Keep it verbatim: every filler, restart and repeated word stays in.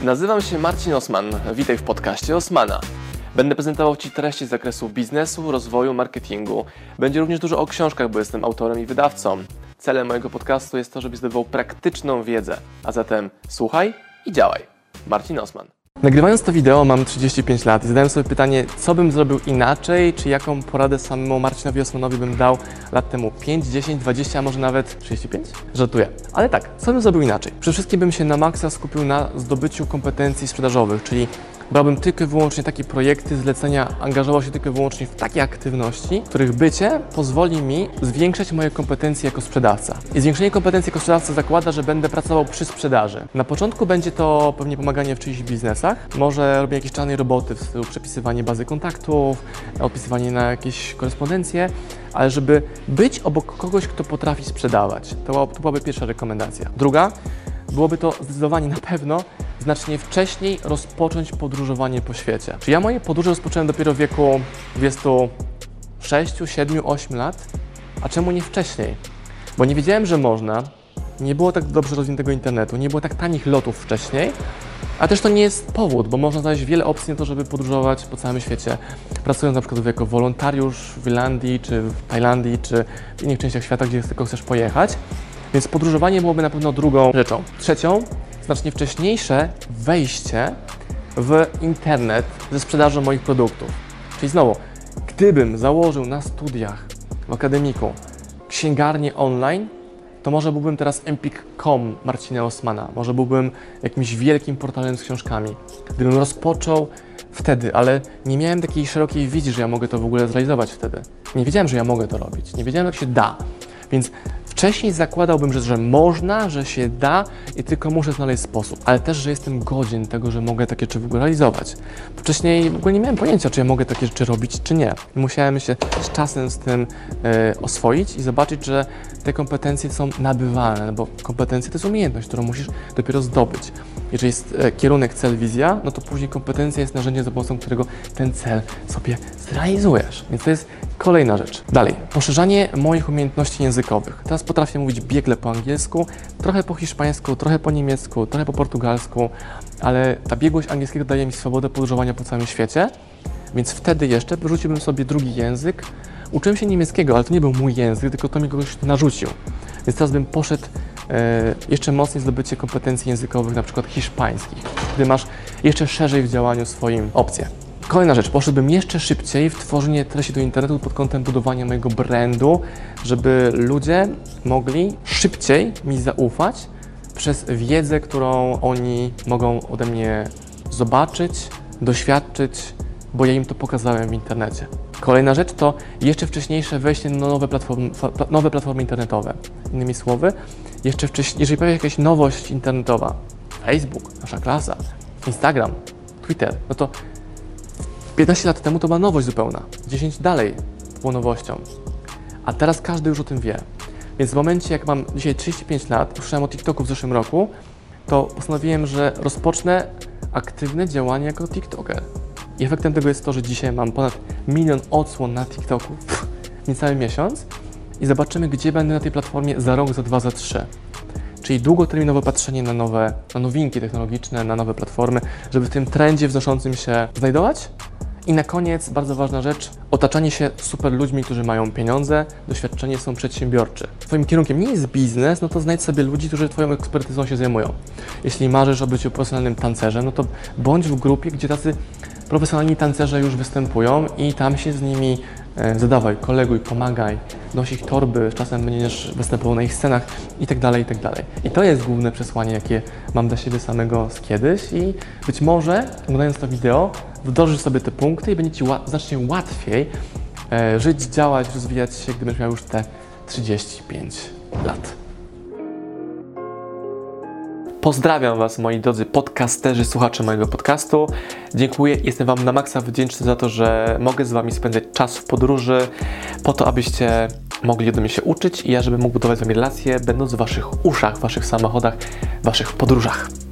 Nazywam się Marcin Osman. Witaj w podcaście Osmana. Będę prezentował Ci treści z zakresu biznesu, rozwoju, marketingu. Będzie również dużo o książkach, bo jestem autorem i wydawcą. Celem mojego podcastu jest to, żebyś zdobywał praktyczną wiedzę. A zatem słuchaj i działaj. Marcin Osman. Nagrywając to wideo mam trzydzieści pięć lat i zadałem sobie pytanie, co bym zrobił inaczej, czy jaką poradę samemu Marcinowi Osmanowi bym dał lat temu pięć, dziesięć, dwadzieścia, a może nawet trzydzieści pięć? Żartuję. Ale tak, co bym zrobił inaczej? Przede wszystkim bym się na maksa skupił na zdobyciu kompetencji sprzedażowych, czyli brałbym tylko i wyłącznie takie projekty, zlecenia, angażował się tylko i wyłącznie w takie aktywności, których bycie pozwoli mi zwiększać moje kompetencje jako sprzedawca. I zwiększenie kompetencji jako sprzedawca zakłada, że będę pracował przy sprzedaży. Na początku będzie to pewnie pomaganie w czyichś biznesach. Może robię jakieś czarnej roboty w stylu przepisywanie bazy kontaktów, odpisywanie na jakieś korespondencje, ale żeby być obok kogoś, kto potrafi sprzedawać. To, to byłaby pierwsza rekomendacja. Druga, byłoby to zdecydowanie na pewno znacznie wcześniej rozpocząć podróżowanie po świecie. Czyli ja moje podróże rozpocząłem dopiero w wieku dwudziestu sześciu, siedmiu, ośmiu lat, a czemu nie wcześniej? Bo nie wiedziałem, że można, nie było tak dobrze rozwiniętego internetu, nie było tak tanich lotów wcześniej, a też to nie jest powód, bo można znaleźć wiele opcji na to, żeby podróżować po całym świecie, pracując na przykład jako wolontariusz w Irlandii, czy w Tajlandii, czy w innych częściach świata, gdzie tylko chcesz pojechać. Więc podróżowanie byłoby na pewno drugą rzeczą. Trzecią, znacznie wcześniejsze wejście w internet ze sprzedażą moich produktów. Czyli znowu, gdybym założył na studiach w akademiku księgarnię online, to może byłbym teraz empik kropka com Marcina Osmana, może byłbym jakimś wielkim portalem z książkami. Gdybym rozpoczął wtedy, ale nie miałem takiej szerokiej wizji, że ja mogę to w ogóle zrealizować wtedy. Nie wiedziałem, że ja mogę to robić, nie wiedziałem, jak się da. Więc wcześniej zakładałbym, że, że można, że się da i tylko muszę znaleźć sposób, ale też, że jestem godzien tego, że mogę takie rzeczy w ogóle realizować. Wcześniej w ogóle nie miałem pojęcia, czy ja mogę takie rzeczy robić, czy nie. Musiałem się z czasem z tym e, oswoić i zobaczyć, że te kompetencje są nabywalne, bo kompetencje to jest umiejętność, którą musisz dopiero zdobyć. Jeżeli jest e, kierunek, cel, wizja, no to później kompetencja jest narzędziem, za pomocą którego ten cel sobie zrealizujesz. Więc to jest kolejna rzecz. Dalej, poszerzanie moich umiejętności językowych. Teraz potrafię mówić biegle po angielsku, trochę po hiszpańsku, trochę po niemiecku, trochę po portugalsku, ale ta biegłość angielskiego daje mi swobodę podróżowania po całym świecie, więc wtedy jeszcze wyrzuciłbym sobie drugi język. Uczyłem się niemieckiego, ale to nie był mój język, tylko to mi kogoś narzucił. Więc teraz bym poszedł e, jeszcze mocniej zdobycie kompetencji językowych, na przykład hiszpańskich, gdy masz jeszcze szerzej w działaniu swoim opcje. Kolejna rzecz, poszedłbym jeszcze szybciej w tworzenie treści do internetu pod kątem budowania mojego brandu, żeby ludzie mogli szybciej mi zaufać przez wiedzę, którą oni mogą ode mnie zobaczyć, doświadczyć, bo ja im to pokazałem w internecie. Kolejna rzecz to jeszcze wcześniejsze wejście na nowe platformy, nowe platformy internetowe. Innymi słowy, jeszcze wcześniej, jeżeli pojawia się jakaś nowość internetowa, Facebook, nasza klasa, Instagram, Twitter, no to piętnaście lat temu to była nowość zupełna, dziesięć dalej było nowością, a teraz każdy już o tym wie. Więc w momencie, jak mam dzisiaj trzydzieści pięć lat, usłyszałem o TikToku w zeszłym roku, to postanowiłem, że rozpocznę aktywne działanie jako TikToker. I efektem tego jest to, że dzisiaj mam ponad milion odsłon na TikToku, pff, niecały miesiąc i zobaczymy, gdzie będę na tej platformie za rok, za dwa, za trzy. Czyli długoterminowe patrzenie na nowe, na nowinki technologiczne, na nowe platformy, żeby w tym trendzie wznoszącym się znajdować. I na koniec, bardzo ważna rzecz, otaczanie się super ludźmi, którzy mają pieniądze, doświadczenie, są przedsiębiorczy. Twoim kierunkiem nie jest biznes, no to znajdź sobie ludzi, którzy Twoją ekspertyzą się zajmują. Jeśli marzysz o byciu profesjonalnym tancerzem, no to bądź w grupie, gdzie tacy profesjonalni tancerze już występują i tam się z nimi e, zadawaj, koleguj, pomagaj, noś ich torby, czasem będziesz występował na ich scenach i tak dalej, i tak dalej. I to jest główne przesłanie, jakie mam dla siebie samego z kiedyś i być może, oglądając to wideo, wdrożysz sobie te punkty i będzie Ci ła- znacznie łatwiej e, żyć, działać, rozwijać się, gdybyś miał już te trzydzieści pięć lat. Pozdrawiam Was, moi drodzy podcasterzy, słuchacze mojego podcastu. Dziękuję, jestem Wam na maksa wdzięczny za to, że mogę z Wami spędzać czas w podróży, po to, abyście mogli ode mnie się uczyć i ja, żebym mógł budować z Wami relacje, będąc w Waszych uszach, w Waszych samochodach, w Waszych podróżach.